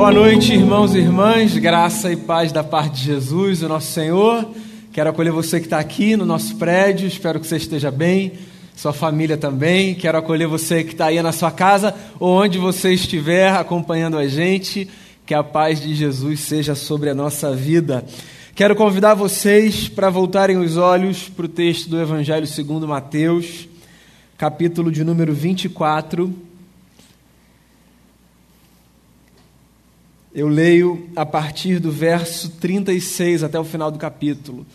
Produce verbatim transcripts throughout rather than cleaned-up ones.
Boa noite, irmãos e irmãs, graça e paz da parte de Jesus, o nosso Senhor. Quero acolher você que está aqui no nosso prédio, espero que você esteja bem, sua família também. Quero acolher você que está aí na sua casa ou onde você estiver acompanhando a gente, que a paz de Jesus seja sobre a nossa vida. Quero convidar vocês para voltarem os olhos para o texto do Evangelho segundo Mateus, capítulo de número vinte e quatro. Eu leio a partir do verso trinta e seis até o final do capítulo.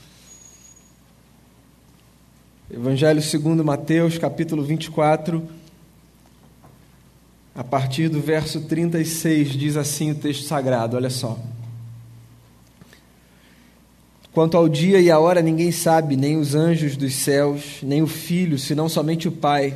Evangelho segundo Mateus, capítulo vinte e quatro, a partir do verso trinta e seis, diz assim o texto sagrado, olha só. Quanto ao dia e a hora ninguém sabe, nem os anjos dos céus, nem o Filho, senão somente o Pai.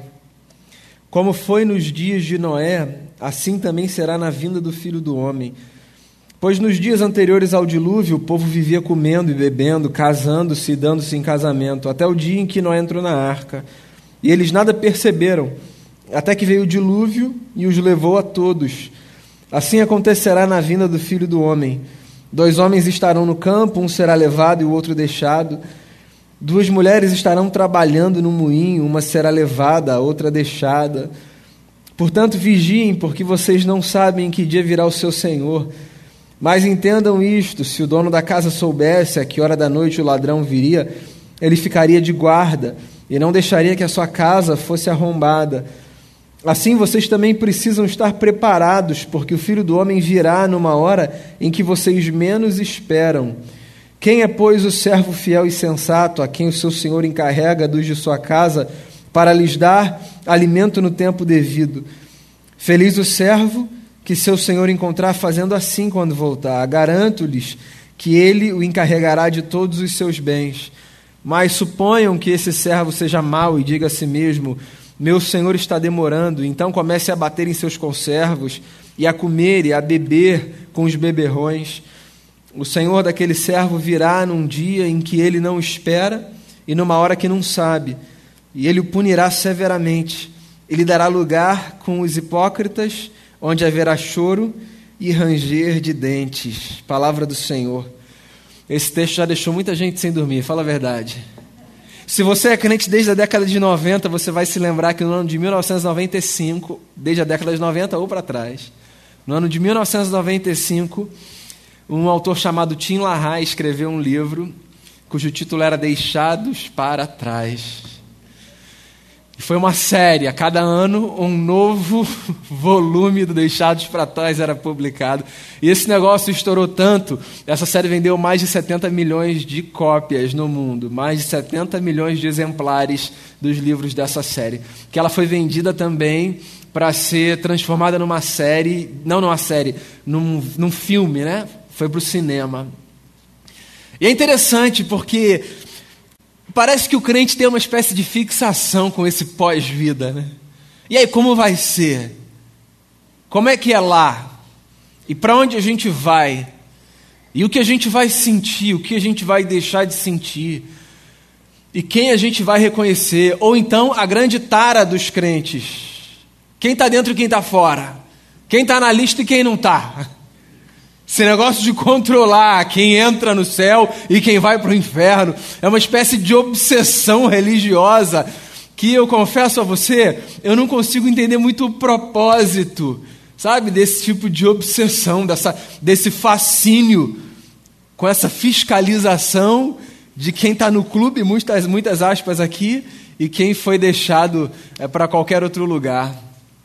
Como foi nos dias de Noé, assim também será na vinda do Filho do Homem. Pois nos dias anteriores ao dilúvio, o povo vivia comendo e bebendo, casando-se e dando-se em casamento, até o dia em que Noé entrou na arca. E eles nada perceberam, até que veio o dilúvio e os levou a todos. Assim acontecerá na vinda do Filho do Homem. Dois homens estarão no campo, um será levado e o outro deixado. Duas mulheres estarão trabalhando no moinho, uma será levada, a outra deixada. Portanto, vigiem, porque vocês não sabem em que dia virá o seu Senhor. Mas entendam isto, se o dono da casa soubesse a que hora da noite o ladrão viria, ele ficaria de guarda e não deixaria que a sua casa fosse arrombada. Assim vocês também precisam estar preparados, porque o Filho do Homem virá numa hora em que vocês menos esperam. Quem é, pois, o servo fiel e sensato, a quem o seu Senhor encarrega dos de sua casa, para lhes dar alimento no tempo devido? Feliz o servo que seu Senhor encontrar fazendo assim quando voltar. Garanto-lhes que ele o encarregará de todos os seus bens. Mas suponham que esse servo seja mau e diga a si mesmo: meu Senhor está demorando, então comece a bater em seus conservos e a comer e a beber com os beberrões. O Senhor daquele servo virá num dia em que ele não espera e numa hora que não sabe, e ele o punirá severamente. Ele dará lugar com os hipócritas, onde haverá choro e ranger de dentes. Palavra do Senhor. Esse texto já deixou muita gente sem dormir, fala a verdade. Se você é crente desde a década de noventa, você vai se lembrar que no ano de mil novecentos e noventa e cinco, desde a década de noventa ou para trás, no ano de mil novecentos e noventa e cinco, um autor chamado Tim LaHaye escreveu um livro cujo título era Deixados para Trás. Foi uma série, a cada ano um novo volume do Deixados para Trás era publicado. E esse negócio estourou tanto, essa série vendeu mais de setenta milhões de cópias no mundo, mais de setenta milhões de exemplares dos livros dessa série, que ela foi vendida também para ser transformada numa série, não numa série, num, num filme, né? Foi para o cinema. E é interessante porque parece que o crente tem uma espécie de fixação com esse pós-vida, né? E aí, como vai ser? Como é que é lá? E para onde a gente vai? E o que a gente vai sentir? O que a gente vai deixar de sentir? E quem a gente vai reconhecer? Ou então, a grande tara dos crentes. Quem está dentro e quem está fora? Quem está na lista e quem não está? Esse negócio de controlar quem entra no céu e quem vai para o inferno é uma espécie de obsessão religiosa que eu confesso a você, eu não consigo entender muito o propósito, sabe, desse tipo de obsessão, dessa, desse fascínio com essa fiscalização de quem está no clube, muitas, muitas aspas aqui, e quem foi deixado é, para qualquer outro lugar.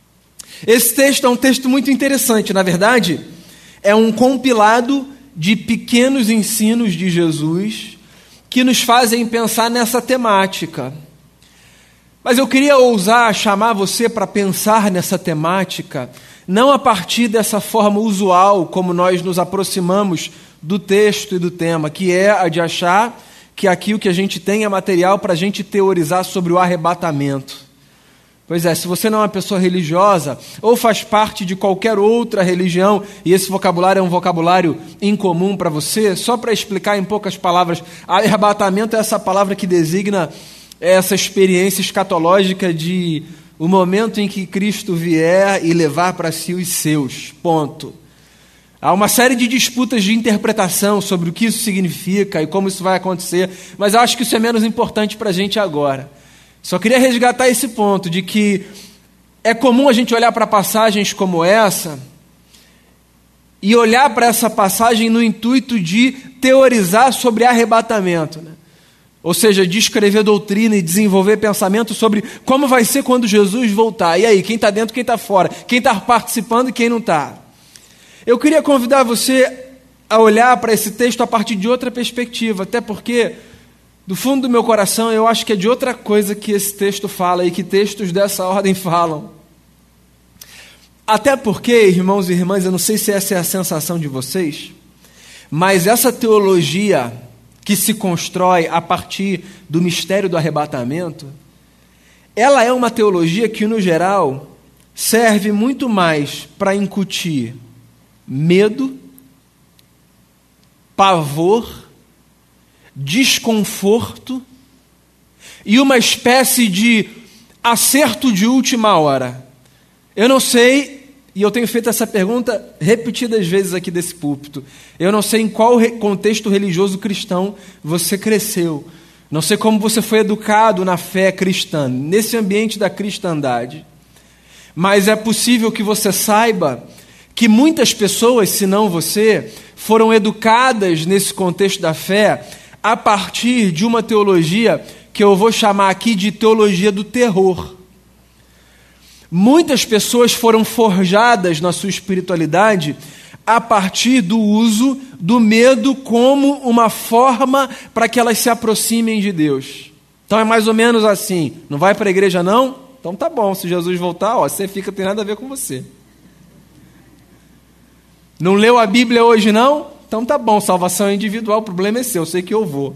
Esse texto é um texto muito interessante, na verdade. É um compilado de pequenos ensinos de Jesus que nos fazem pensar nessa temática. Mas eu queria ousar chamar você para pensar nessa temática, não a partir dessa forma usual, como nós nos aproximamos do texto e do tema, que é a de achar que aqui o que a gente tem é material para a gente teorizar sobre o arrebatamento. Pois é, se você não é uma pessoa religiosa ou faz parte de qualquer outra religião e esse vocabulário é um vocabulário incomum para você, só para explicar em poucas palavras, arrebatamento é essa palavra que designa essa experiência escatológica de o momento em que Cristo vier e levar para si os seus, ponto. Há uma série de disputas de interpretação sobre o que isso significa e como isso vai acontecer, mas eu acho que isso é menos importante para a gente agora. Só queria resgatar esse ponto de que é comum a gente olhar para passagens como essa e olhar para essa passagem no intuito de teorizar sobre arrebatamento, né? Ou seja, de escrever doutrina e desenvolver pensamento sobre como vai ser quando Jesus voltar. E aí, quem está dentro, quem está fora, quem está participando e quem não está. Eu queria convidar você a olhar para esse texto a partir de outra perspectiva, até porque, do fundo do meu coração, eu acho que é de outra coisa que esse texto fala e que textos dessa ordem falam. Até porque, irmãos e irmãs, eu não sei se essa é a sensação de vocês, mas essa teologia que se constrói a partir do mistério do arrebatamento, ela é uma teologia que, no geral, serve muito mais para incutir medo, pavor, desconforto e uma espécie de acerto de última hora. Eu não sei, e eu tenho feito essa pergunta repetidas vezes aqui desse púlpito, eu não sei em qual contexto religioso cristão você cresceu, não sei como você foi educado na fé cristã, nesse ambiente da cristandade, mas é possível que você saiba que muitas pessoas, se não você, foram educadas nesse contexto da fé a partir de uma teologia que eu vou chamar aqui de teologia do terror. Muitas pessoas foram forjadas na sua espiritualidade a partir do uso do medo como uma forma para que elas se aproximem de Deus. Então é mais ou menos assim, não vai para a igreja não? Então tá bom, se Jesus voltar, ó, você fica, tem nada a ver com você. Não leu a Bíblia hoje não? Então tá bom, salvação é individual, o problema é seu, eu sei que eu vou.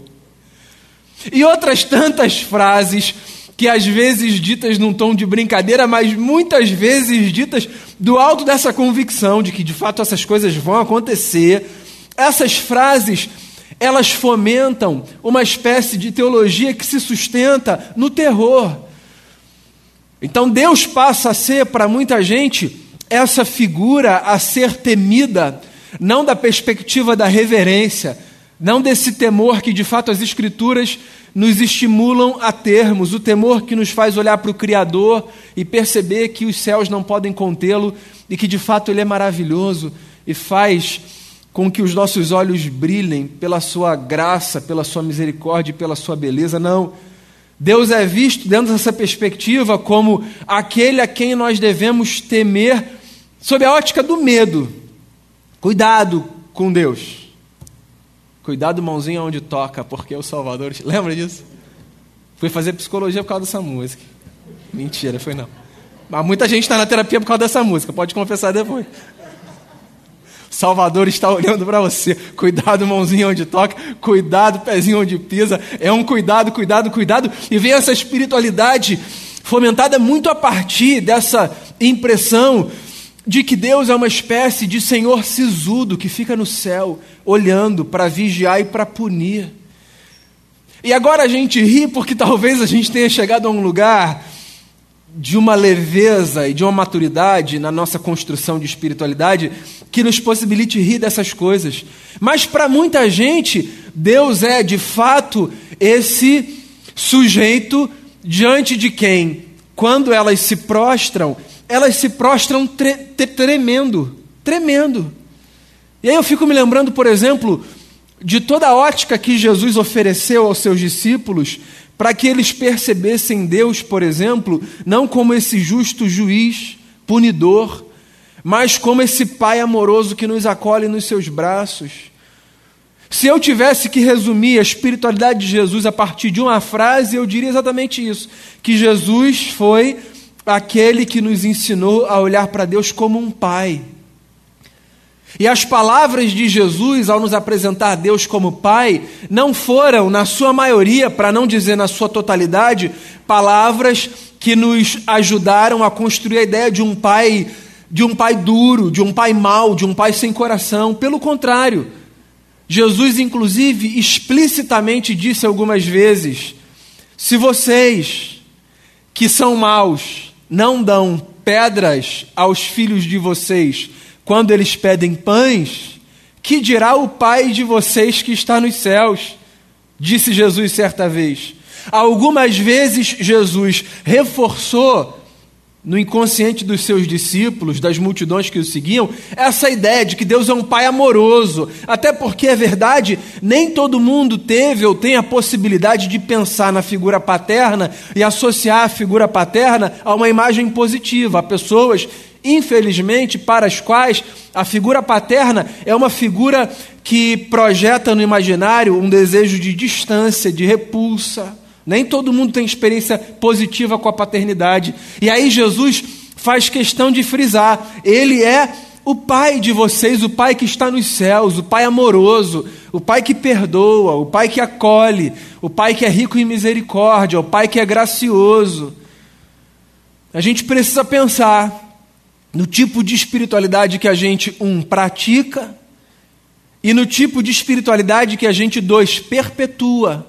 E outras tantas frases que às vezes ditas num tom de brincadeira, mas muitas vezes ditas do alto dessa convicção de que de fato essas coisas vão acontecer. Essas frases, elas fomentam uma espécie de teologia que se sustenta no terror. Então Deus passa a ser para muita gente essa figura a ser temida, não da perspectiva da reverência, não desse temor que de fato as Escrituras nos estimulam a termos, o temor que nos faz olhar para o Criador e perceber que os céus não podem contê-lo e que de fato Ele é maravilhoso e faz com que os nossos olhos brilhem pela sua graça, pela sua misericórdia e pela sua beleza. Não. Deus é visto dentro dessa perspectiva como aquele a quem nós devemos temer sob a ótica do medo. Cuidado com Deus. Cuidado, mãozinha onde toca, porque o Salvador... Lembra disso? Fui fazer psicologia por causa dessa música. Mentira, foi não. Mas muita gente está na terapia por causa dessa música, pode confessar depois. O Salvador está olhando para você. Cuidado, mãozinha onde toca. Cuidado, pezinho onde pisa. É um cuidado, cuidado, cuidado. E vem essa espiritualidade fomentada muito a partir dessa impressão de que Deus é uma espécie de Senhor sisudo que fica no céu, olhando para vigiar e para punir. E agora a gente ri porque talvez a gente tenha chegado a um lugar de uma leveza e de uma maturidade na nossa construção de espiritualidade que nos possibilite rir dessas coisas. Mas para muita gente, Deus é de fato esse sujeito diante de quem, quando elas se prostram, elas se prostram tre- tre- tremendo, tremendo. E aí eu fico me lembrando, por exemplo, de toda a ótica que Jesus ofereceu aos seus discípulos para que eles percebessem Deus, por exemplo, não como esse justo juiz, punidor, mas como esse Pai amoroso que nos acolhe nos seus braços. Se eu tivesse que resumir a espiritualidade de Jesus a partir de uma frase, eu diria exatamente isso, que Jesus foi aquele que nos ensinou a olhar para Deus como um pai. E as palavras de Jesus, ao nos apresentar Deus como pai, não foram, na sua maioria, para não dizer na sua totalidade, palavras que nos ajudaram a construir a ideia de um pai, de um pai duro, de um pai mau, de um pai sem coração. Pelo contrário, Jesus, inclusive, explicitamente disse algumas vezes: se vocês, que são maus, não dão pedras aos filhos de vocês quando eles pedem pães, que dirá o Pai de vocês que está nos céus? Disse Jesus certa vez. Algumas vezes Jesus reforçou no inconsciente dos seus discípulos, das multidões que o seguiam, essa ideia de que Deus é um Pai amoroso. Até porque, é verdade, nem todo mundo teve ou tem a possibilidade de pensar na figura paterna e associar a figura paterna a uma imagem positiva. Há pessoas, infelizmente, para as quais a figura paterna é uma figura que projeta no imaginário um desejo de distância, de repulsa. Nem todo mundo tem experiência positiva com a paternidade. E aí Jesus faz questão de frisar: Ele é o Pai de vocês, o Pai que está nos céus, o Pai amoroso, o Pai que perdoa, o Pai que acolhe, o Pai que é rico em misericórdia, o Pai que é gracioso. A gente precisa pensar no tipo de espiritualidade que a gente, um, pratica, e no tipo de espiritualidade que a gente, dois, perpetua.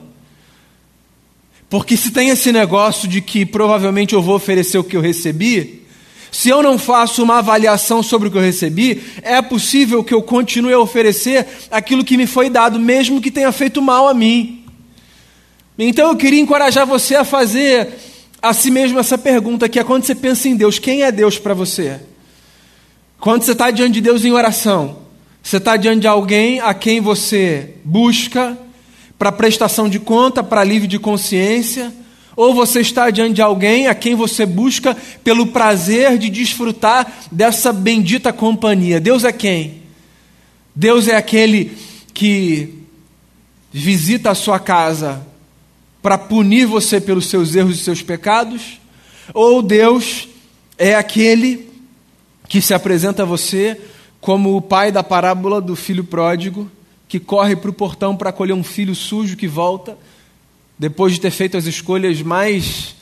Porque se tem esse negócio de que provavelmente eu vou oferecer o que eu recebi, se eu não faço uma avaliação sobre o que eu recebi, é possível que eu continue a oferecer aquilo que me foi dado, mesmo que tenha feito mal a mim. Então eu queria encorajar você a fazer a si mesmo essa pergunta, que é: quando você pensa em Deus, quem é Deus para você? Quando você está diante de Deus em oração, você está diante de alguém a quem você busca para prestação de conta, para alívio de consciência, ou você está diante de alguém a quem você busca pelo prazer de desfrutar dessa bendita companhia? Deus é quem? Deus é aquele que visita a sua casa para punir você pelos seus erros e seus pecados? Ou Deus é aquele que se apresenta a você como o pai da parábola do filho pródigo, que corre para o portão para acolher um filho sujo que volta, depois de ter feito as escolhas mais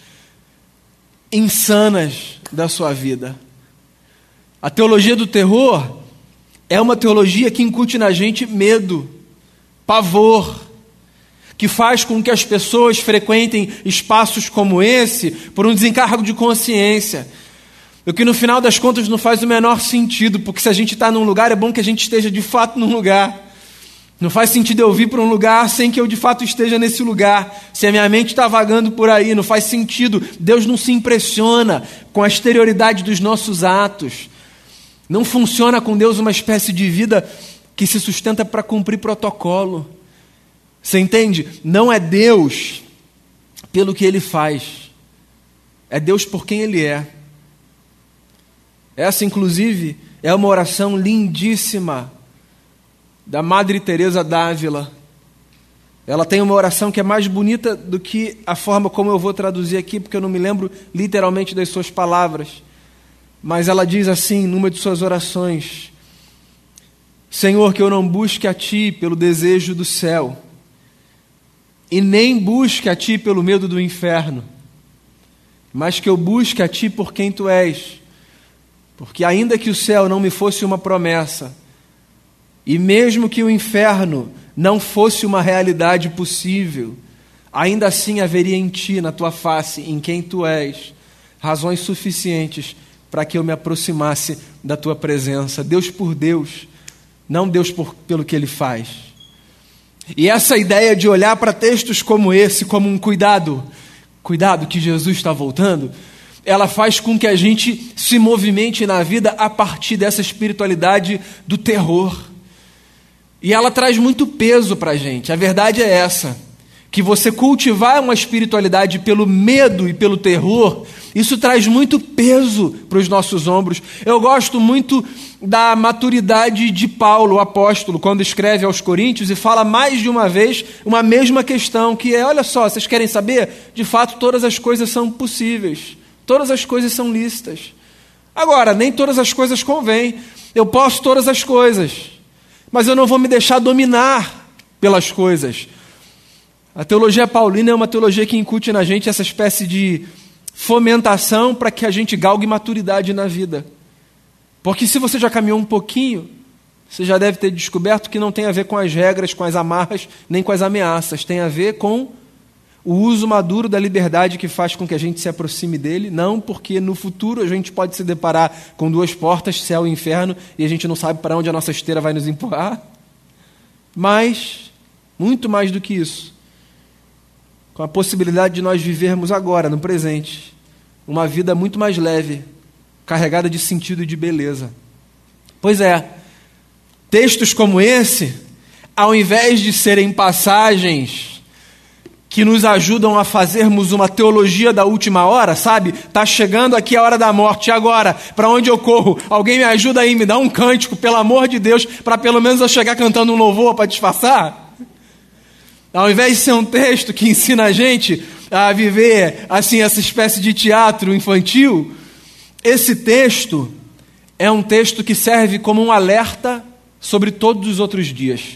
insanas da sua vida? A teologia do terror é uma teologia que incute na gente medo, pavor, que faz com que as pessoas frequentem espaços como esse por um desencargo de consciência. O que no final das contas não faz o menor sentido, porque se a gente está num lugar, é bom que a gente esteja de fato num lugar. Não faz sentido eu vir para um lugar sem que eu de fato esteja nesse lugar. Se a minha mente está vagando por aí, não faz sentido. Deus não se impressiona com a exterioridade dos nossos atos. Não funciona com Deus uma espécie de vida que se sustenta para cumprir protocolo. Você entende? Não é Deus pelo que Ele faz. É Deus por quem Ele é. Essa, inclusive, é uma oração lindíssima da Madre Teresa d'Ávila. Ela tem uma oração que é mais bonita do que a forma como eu vou traduzir aqui, porque eu não me lembro literalmente das suas palavras. Mas ela diz assim, numa de suas orações: Senhor, que eu não busque a Ti pelo desejo do céu, e nem busque a Ti pelo medo do inferno, mas que eu busque a Ti por quem Tu és. Porque ainda que o céu não me fosse uma promessa, e mesmo que o inferno não fosse uma realidade possível, ainda assim haveria em Ti, na Tua face, em quem Tu és, razões suficientes para que eu me aproximasse da Tua presença. Deus por Deus, não Deus por, pelo que Ele faz. E essa ideia de olhar para textos como esse, como um cuidado, cuidado que Jesus está voltando, ela faz com que a gente se movimente na vida a partir dessa espiritualidade do terror. E ela traz muito peso para a gente. A verdade é essa, que você cultivar uma espiritualidade pelo medo e pelo terror, isso traz muito peso para os nossos ombros. Eu gosto muito da maturidade de Paulo, o apóstolo, quando escreve aos Coríntios e fala mais de uma vez uma mesma questão, que é: olha só, vocês querem saber? De fato, todas as coisas são possíveis. Todas as coisas são lícitas. Agora, nem todas as coisas convêm. Eu posso todas as coisas, mas eu não vou me deixar dominar pelas coisas. A teologia paulina é uma teologia que incute na gente essa espécie de fomentação para que a gente galgue maturidade na vida. Porque se você já caminhou um pouquinho, você já deve ter descoberto que não tem a ver com as regras, com as amarras, nem com as ameaças. Tem a ver com o uso maduro da liberdade que faz com que a gente se aproxime dele, não porque no futuro a gente pode se deparar com duas portas, céu e inferno, e a gente não sabe para onde a nossa esteira vai nos empurrar, mas, muito mais do que isso, com a possibilidade de nós vivermos agora, no presente, uma vida muito mais leve, carregada de sentido e de beleza. Pois é, textos como esse, ao invés de serem passagens que nos ajudam a fazermos uma teologia da última hora, sabe? Está chegando aqui a hora da morte, e agora? Para onde eu corro? Alguém me ajuda aí, me dá um cântico, pelo amor de Deus, para pelo menos eu chegar cantando um louvor para disfarçar? Ao invés de ser um texto que ensina a gente a viver assim essa espécie de teatro infantil, esse texto é um texto que serve como um alerta sobre todos os outros dias.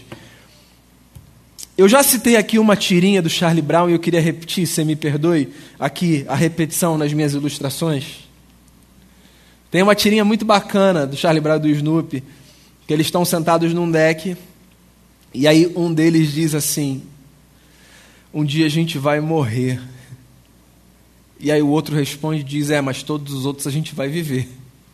Eu já citei aqui uma tirinha do Charlie Brown e eu queria repetir, se me perdoe, aqui a repetição nas minhas ilustrações. Tem uma tirinha muito bacana do Charlie Brown e do Snoopy, que eles estão sentados num deck, e aí um deles diz assim: um dia a gente vai morrer. E aí o outro responde e diz: é, mas todos os outros a gente vai viver.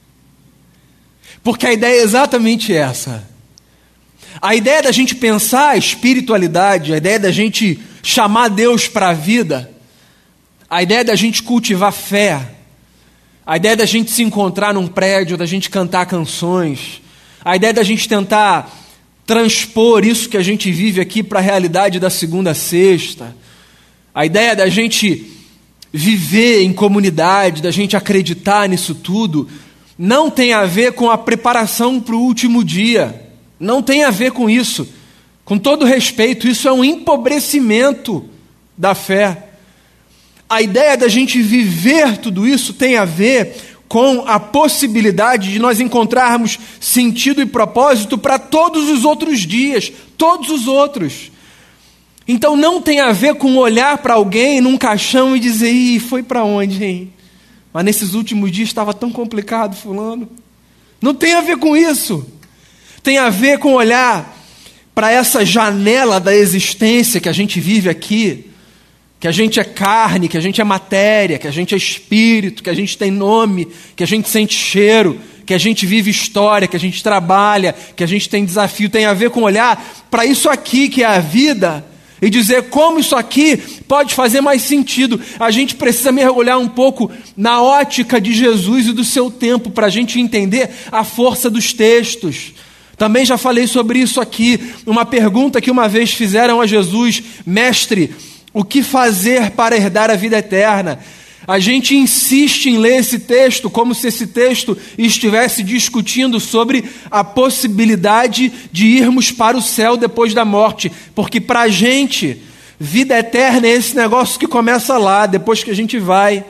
Porque a ideia é exatamente essa. A ideia da gente pensar a espiritualidade, a ideia da gente chamar Deus para a vida, a ideia da gente cultivar fé, a ideia da gente se encontrar num prédio, da gente cantar canções, a ideia da gente tentar transpor isso que a gente vive aqui para a realidade da segunda a sexta, a ideia da gente viver em comunidade, da gente acreditar nisso tudo, não tem a ver com a preparação para o último dia. Não tem a ver com isso. Com todo respeito, isso é um empobrecimento da fé. A ideia da gente viver tudo isso tem a ver com a possibilidade de nós encontrarmos sentido e propósito para todos os outros dias, todos os outros. Então não tem a ver com olhar para alguém num caixão e dizer: ih, foi para onde, hein? Mas nesses últimos dias estava tão complicado, fulano. Não tem a ver com isso. Tem a ver com olhar para essa janela da existência que a gente vive aqui, que a gente é carne, que a gente é matéria, que a gente é espírito, que a gente tem nome, que a gente sente cheiro, que a gente vive história, que a gente trabalha, que a gente tem desafio. Tem a ver com olhar para isso aqui que é a vida e dizer como isso aqui pode fazer mais sentido. A gente precisa mergulhar um pouco na ótica de Jesus e do seu tempo para a gente entender a força dos textos. Também já falei sobre isso aqui, uma pergunta que uma vez fizeram a Jesus: mestre, o que fazer para herdar a vida eterna? A gente insiste em ler esse texto como se esse texto estivesse discutindo sobre a possibilidade de irmos para o céu depois da morte, porque para a gente, vida eterna é esse negócio que começa lá, depois que a gente vai.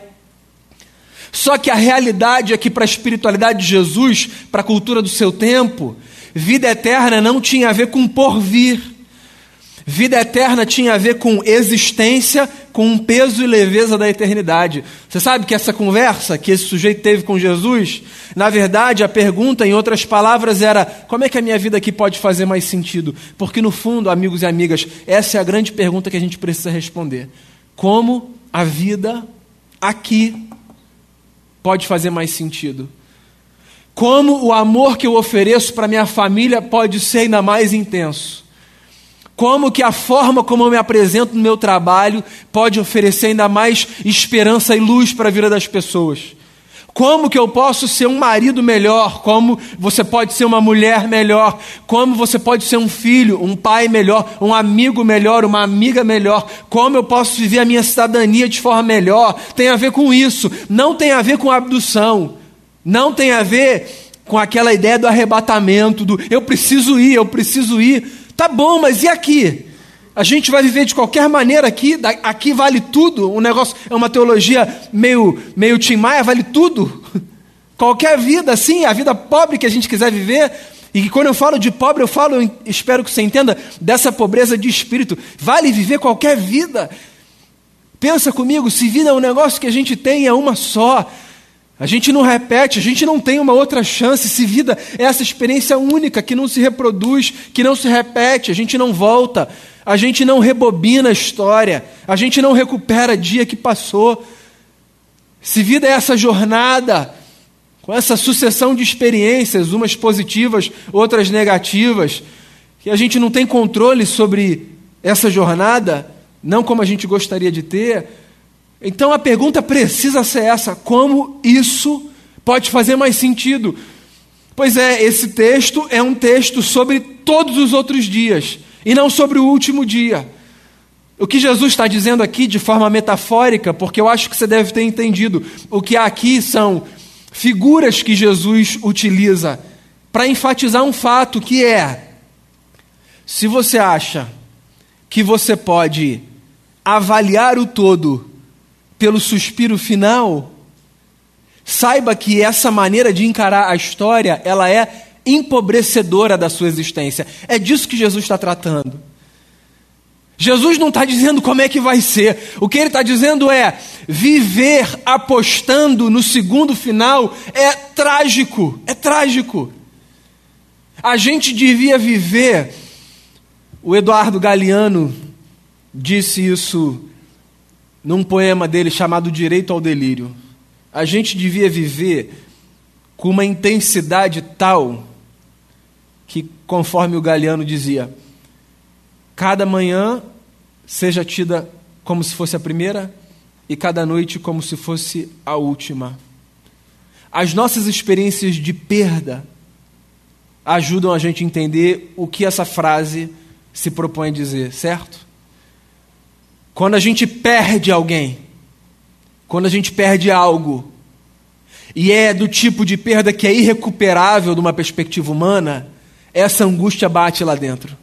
Só que a realidade é que para a espiritualidade de Jesus, para a cultura do seu tempo, vida eterna não tinha a ver com porvir. Vida eterna tinha a ver com existência, com o peso e leveza da eternidade. Você sabe que essa conversa que esse sujeito teve com Jesus, na verdade a pergunta, em outras palavras, era: como é que a minha vida aqui pode fazer mais sentido? Porque no fundo, amigos e amigas, essa é a grande pergunta que a gente precisa responder. Como a vida aqui pode fazer mais sentido? Como o amor que eu ofereço para minha família pode ser ainda mais intenso? Como que a forma como eu me apresento no meu trabalho pode oferecer ainda mais esperança e luz para a vida das pessoas? Como que eu posso ser um marido melhor? Como você pode ser uma mulher melhor? Como você pode ser um filho, um pai melhor, um amigo melhor, uma amiga melhor? Como eu posso viver a minha cidadania de forma melhor? Tem a ver com isso. Não tem a ver com abdução. Não tem a ver com aquela ideia do arrebatamento, do eu preciso ir, eu preciso ir. Tá bom, mas e aqui? A gente vai viver de qualquer maneira aqui? Aqui vale tudo? O negócio é uma teologia meio, meio Tim Maia, vale tudo? Qualquer vida, assim, a vida pobre que a gente quiser viver. E quando eu falo de pobre, eu falo, eu espero que você entenda, dessa pobreza de espírito. Vale viver qualquer vida? Pensa comigo, se vida é um negócio que a gente tem, é uma só. A gente não repete, a gente não tem uma outra chance. Se vida é essa experiência única que não se reproduz, que não se repete, a gente não volta. A gente não rebobina a história, a gente não recupera dia que passou. Se vida é essa jornada, com essa sucessão de experiências, umas positivas, outras negativas, que a gente não tem controle sobre essa jornada, não como a gente gostaria de ter, então a pergunta precisa ser essa: como isso pode fazer mais sentido? Pois é, esse texto é um texto sobre todos os outros dias, e não sobre o último dia. O que Jesus está dizendo aqui de forma metafórica, porque eu acho que você deve ter entendido, o que há aqui são figuras que Jesus utiliza para enfatizar um fato, que é: se você acha que você pode avaliar o todo pelo suspiro final, saiba que essa maneira de encarar a história, ela é empobrecedora da sua existência. É disso que Jesus está tratando. Jesus não está dizendo como é que vai ser. O que ele está dizendo é: viver apostando no segundo final é trágico, é trágico. A gente devia viver, o Eduardo Galeano disse isso num poema dele chamado Direito ao Delírio. A gente devia viver com uma intensidade tal que, conforme o Galeano dizia, cada manhã seja tida como se fosse a primeira e cada noite como se fosse a última. As nossas experiências de perda ajudam a gente a entender o que essa frase se propõe a dizer, certo? Quando a gente perde alguém, quando a gente perde algo, e é do tipo de perda que é irrecuperável de uma perspectiva humana, essa angústia bate lá dentro.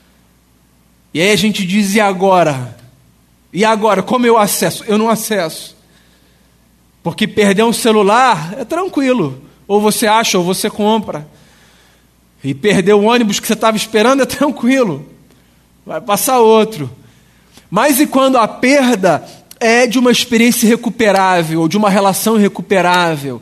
E aí a gente diz: e agora? E agora? Como eu acesso? Eu não acesso. Porque perder um celular é tranquilo. Ou você acha ou você compra. E perder o ônibus que você estava esperando é tranquilo. Vai passar outro. Mas e quando a perda é de uma experiência irrecuperável, ou de uma relação irrecuperável?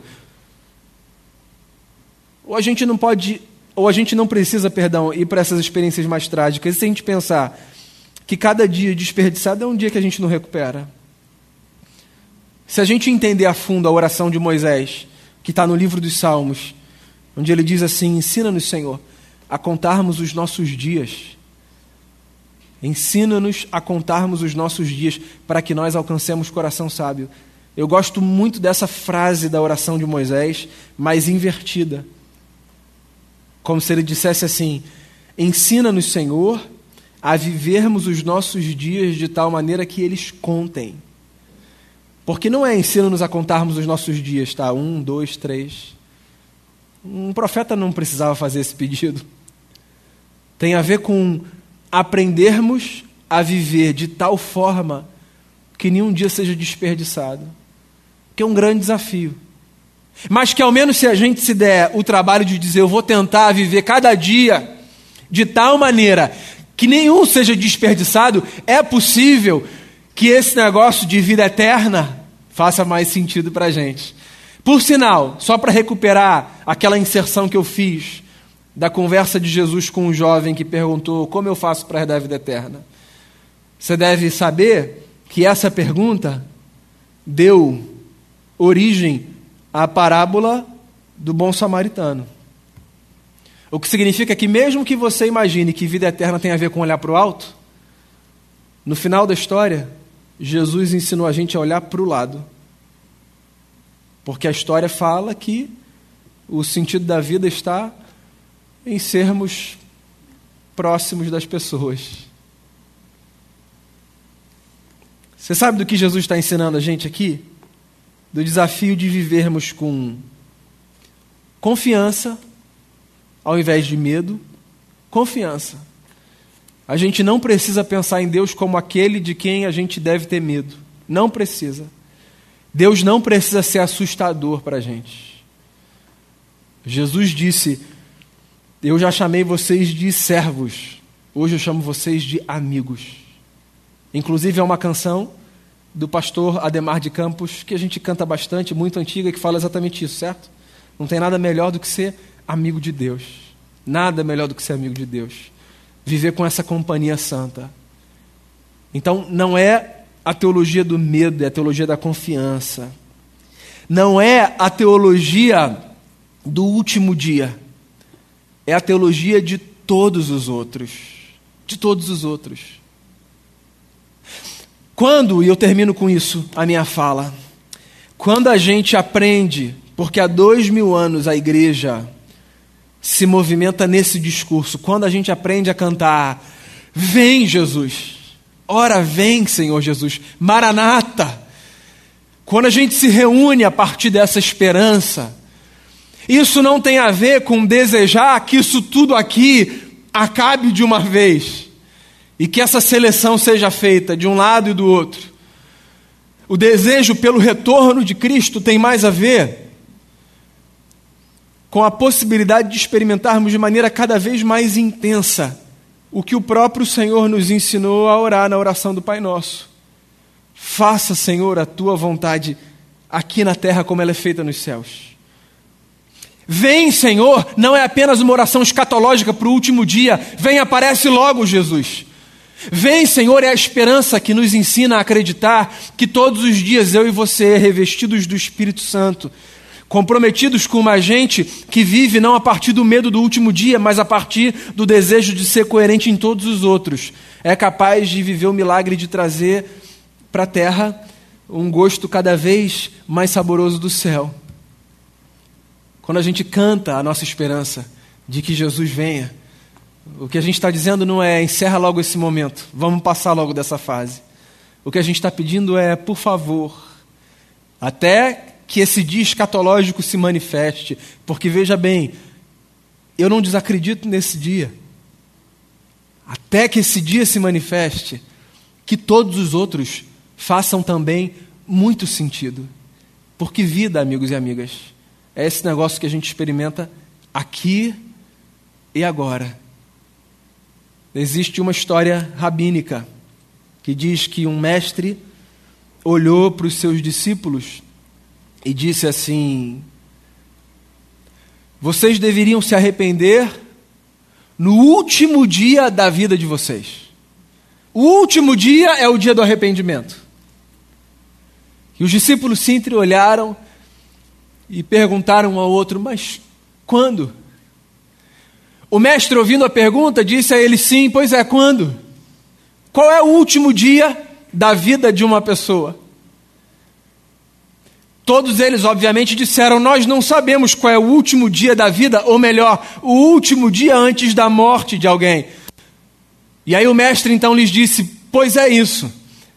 Ou a gente não pode... Ou a gente não precisa, perdão, ir para essas experiências mais trágicas. E se a gente pensar que cada dia desperdiçado é um dia que a gente não recupera? Se a gente entender a fundo a oração de Moisés, que está no livro dos Salmos, onde ele diz assim: ensina-nos, Senhor, a contarmos os nossos dias. Ensina-nos a contarmos os nossos dias, para que nós alcancemos coração sábio. Eu gosto muito dessa frase da oração de Moisés, mas invertida. Como se ele dissesse assim: ensina-nos, Senhor, a vivermos os nossos dias de tal maneira que eles contem. Porque não é ensina-nos a contarmos os nossos dias, tá? Um, dois, três. Um profeta não precisava fazer esse pedido. Tem a ver com aprendermos a viver de tal forma que nenhum dia seja desperdiçado. Que é um grande desafio. Mas que ao menos se a gente se der o trabalho de dizer: eu vou tentar viver cada dia de tal maneira que nenhum seja desperdiçado, é possível que esse negócio de vida eterna faça mais sentido para a gente. Por sinal, só para recuperar aquela inserção que eu fiz da conversa de Jesus com um jovem que perguntou: como eu faço para herdar a vida eterna? Você deve saber que essa pergunta deu origem à parábola do bom samaritano. O que significa que mesmo que você imagine que vida eterna tem a ver com olhar para o alto, no final da história, Jesus ensinou a gente a olhar para o lado. Porque a história fala que o sentido da vida está em sermos próximos das pessoas. Você sabe do que Jesus está ensinando a gente aqui? Do desafio de vivermos com confiança, ao invés de medo. Confiança. A gente não precisa pensar em Deus como aquele de quem a gente deve ter medo. Não precisa. Deus não precisa ser assustador para a gente. Jesus disse: eu já chamei vocês de servos, hoje eu chamo vocês de amigos. Inclusive é uma canção do pastor Ademar de Campos, que a gente canta bastante, muito antiga, que fala exatamente isso, certo? Não tem nada melhor do que ser amigo de Deus. Nada melhor do que ser amigo de Deus. Viver com essa companhia santa. Então, não é a teologia do medo, é a teologia da confiança. Não é a teologia do último dia, é a teologia de todos os outros, de todos os outros. Quando, e eu termino com isso a minha fala, quando a gente aprende, porque há dois mil anos a igreja se movimenta nesse discurso, quando a gente aprende a cantar, vem Jesus, ora vem Senhor Jesus, Maranata, quando a gente se reúne a partir dessa esperança, isso não tem a ver com desejar que isso tudo aqui acabe de uma vez e que essa seleção seja feita de um lado e do outro. O desejo pelo retorno de Cristo tem mais a ver com a possibilidade de experimentarmos de maneira cada vez mais intensa o que o próprio Senhor nos ensinou a orar na oração do Pai Nosso. Faça, Senhor, a tua vontade aqui na terra como ela é feita nos céus. Vem, Senhor, não é apenas uma oração escatológica para o último dia. Vem, aparece logo, Jesus. Vem, Senhor, é a esperança que nos ensina a acreditar que todos os dias eu e você, revestidos do Espírito Santo, comprometidos com uma gente que vive não a partir do medo do último dia, mas a partir do desejo de ser coerente em todos os outros, é capaz de viver o milagre de trazer para a terra um gosto cada vez mais saboroso do céu. Quando a gente canta a nossa esperança de que Jesus venha, o que a gente está dizendo não é encerra logo esse momento, vamos passar logo dessa fase. O que a gente está pedindo é, por favor, até que esse dia escatológico se manifeste, porque veja bem, eu não desacredito nesse dia. Até que esse dia se manifeste, que todos os outros façam também muito sentido. Porque vida, amigos e amigas, é esse negócio que a gente experimenta aqui e agora. Existe uma história rabínica que diz que um mestre olhou para os seus discípulos e disse assim: vocês deveriam se arrepender no último dia da vida de vocês. O último dia é o dia do arrependimento. E os discípulos se entreolharam e perguntaram um ao outro: mas quando? O mestre, ouvindo a pergunta, disse a eles: sim, pois é, quando? Qual é o último dia da vida de uma pessoa? Todos eles, obviamente, disseram: nós não sabemos qual é o último dia da vida, ou melhor, o último dia antes da morte de alguém. E aí o mestre então lhes disse: pois é isso.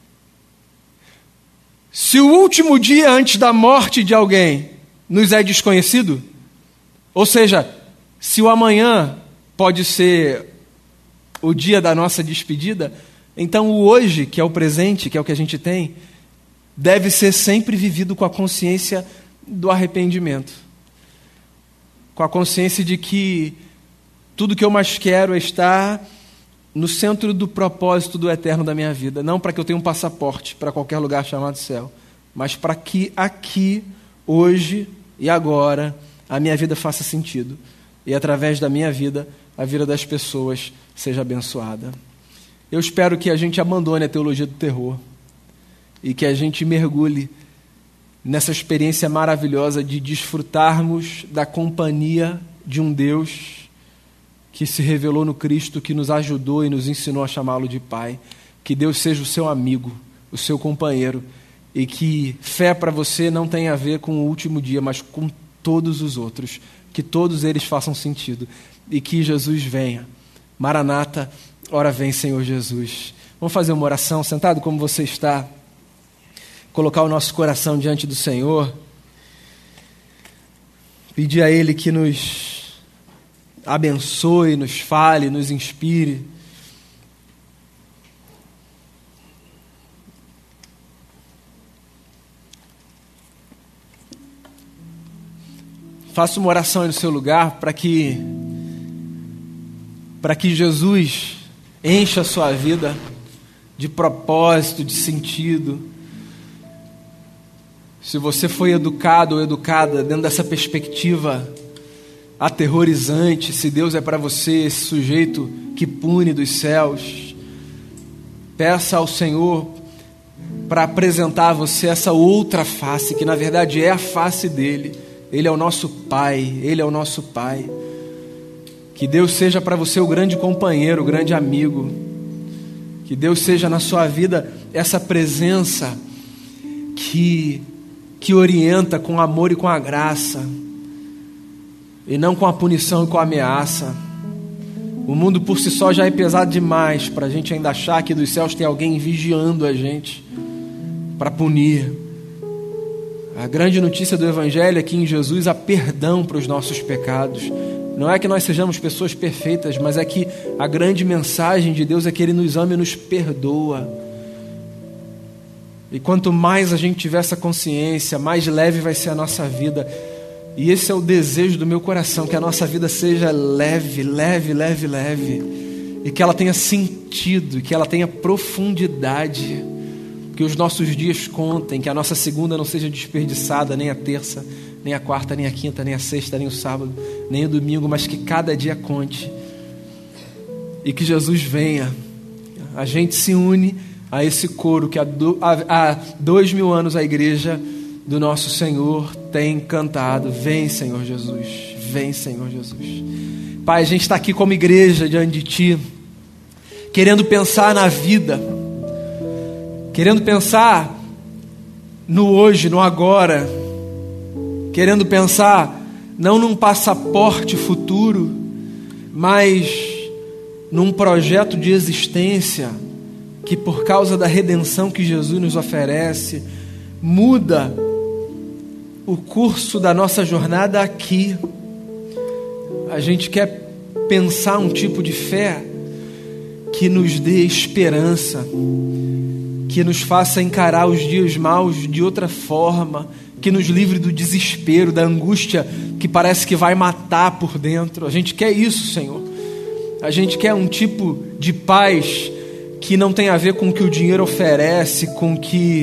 Se o último dia antes da morte de alguém nos é desconhecido, ou seja, se o amanhã pode ser o dia da nossa despedida, então o hoje, que é o presente, que é o que a gente tem, deve ser sempre vivido com a consciência do arrependimento. Com a consciência de que tudo que eu mais quero é estar no centro do propósito do eterno da minha vida. Não para que eu tenha um passaporte para qualquer lugar chamado céu, mas para que aqui, hoje e agora, a minha vida faça sentido. E através da minha vida, a vida das pessoas seja abençoada. Eu espero que a gente abandone a teologia do terror e que a gente mergulhe nessa experiência maravilhosa de desfrutarmos da companhia de um Deus que se revelou no Cristo, que nos ajudou e nos ensinou a chamá-lo de Pai. Que Deus seja o seu amigo, o seu companheiro, e que fé para você não tem a ver com o último dia, mas com todos os outros. Que todos eles façam sentido e que Jesus venha. Maranata, ora vem, Senhor Jesus. Vamos fazer uma oração, sentado como você está. Colocar o nosso coração diante do Senhor, pedir a Ele que nos abençoe, nos fale, nos inspire. Faça uma oração aí no seu lugar para que, para que Jesus encha a sua vida de propósito, de sentido. Se você foi educado ou educada dentro dessa perspectiva aterrorizante, se Deus é para você esse sujeito que pune dos céus, Peça ao Senhor para apresentar a você essa outra face, que na verdade é a face dele. Ele é o nosso Pai, Ele é o nosso Pai. Que Deus seja para você o grande companheiro, o grande amigo. Que Deus seja na sua vida essa presença que, que orienta com amor e com a graça, e não com a punição e com a ameaça. O mundo por si só já é pesado demais para a gente ainda achar que dos céus tem alguém vigiando a gente para punir. A grande notícia do Evangelho é que em Jesus há perdão para os nossos pecados. Não é que nós sejamos pessoas perfeitas, mas é que a grande mensagem de Deus é que Ele nos ama e nos perdoa. E quanto mais a gente tiver essa consciência, mais leve vai ser a nossa vida. E esse é o desejo do meu coração, que a nossa vida seja leve, leve, leve, leve. E que ela tenha sentido, e que ela tenha profundidade. Que os nossos dias contem, que a nossa segunda não seja desperdiçada, nem a terça, nem a quarta, nem a quinta, nem a sexta, nem o sábado, nem o domingo, mas que cada dia conte. E que Jesus venha. A gente se une a esse coro que há, do, há, há dois mil anos a igreja do nosso Senhor tem cantado. Vem, Senhor Jesus. Vem, Senhor Jesus. Pai, a gente está aqui como igreja diante de Ti, querendo pensar na vida, querendo pensar no hoje, no agora, querendo pensar não num passaporte futuro, mas num projeto de existência que, por causa da redenção que Jesus nos oferece, muda o curso da nossa jornada aqui. A gente quer pensar um tipo de fé que nos dê esperança, que nos faça encarar os dias maus de outra forma, que nos livre do desespero, da angústia que parece que vai matar por dentro. A gente quer isso, Senhor. A gente quer um tipo de paz que não tem a ver com o que o dinheiro oferece, com o que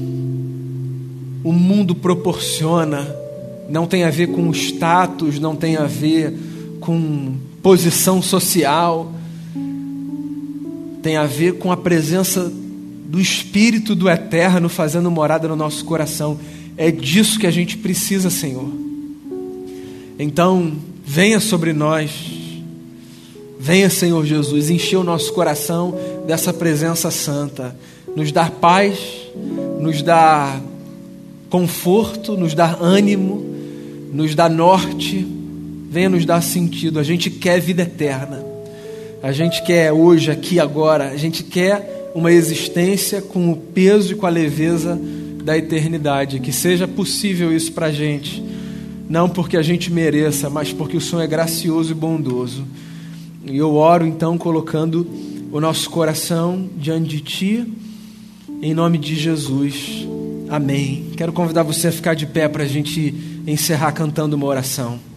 o mundo proporciona, não tem a ver com o status, não tem a ver com posição social, tem a ver com a presença do Espírito do Eterno fazendo morada no nosso coração. É disso que a gente precisa, Senhor. Então, venha sobre nós, venha, Senhor Jesus, encher o nosso coração dessa presença santa, nos dar paz, nos dar conforto, nos dar ânimo, nos dar norte, venha nos dar sentido. A gente quer vida eterna, a gente quer hoje, aqui, agora, a gente quer uma existência com o peso e com a leveza da eternidade. Que seja possível isso para a gente, não porque a gente mereça, mas porque o Senhor é gracioso e bondoso. E eu oro então colocando o nosso coração diante de Ti, em nome de Jesus. Amém. Quero convidar você a ficar de pé para a gente encerrar cantando uma oração.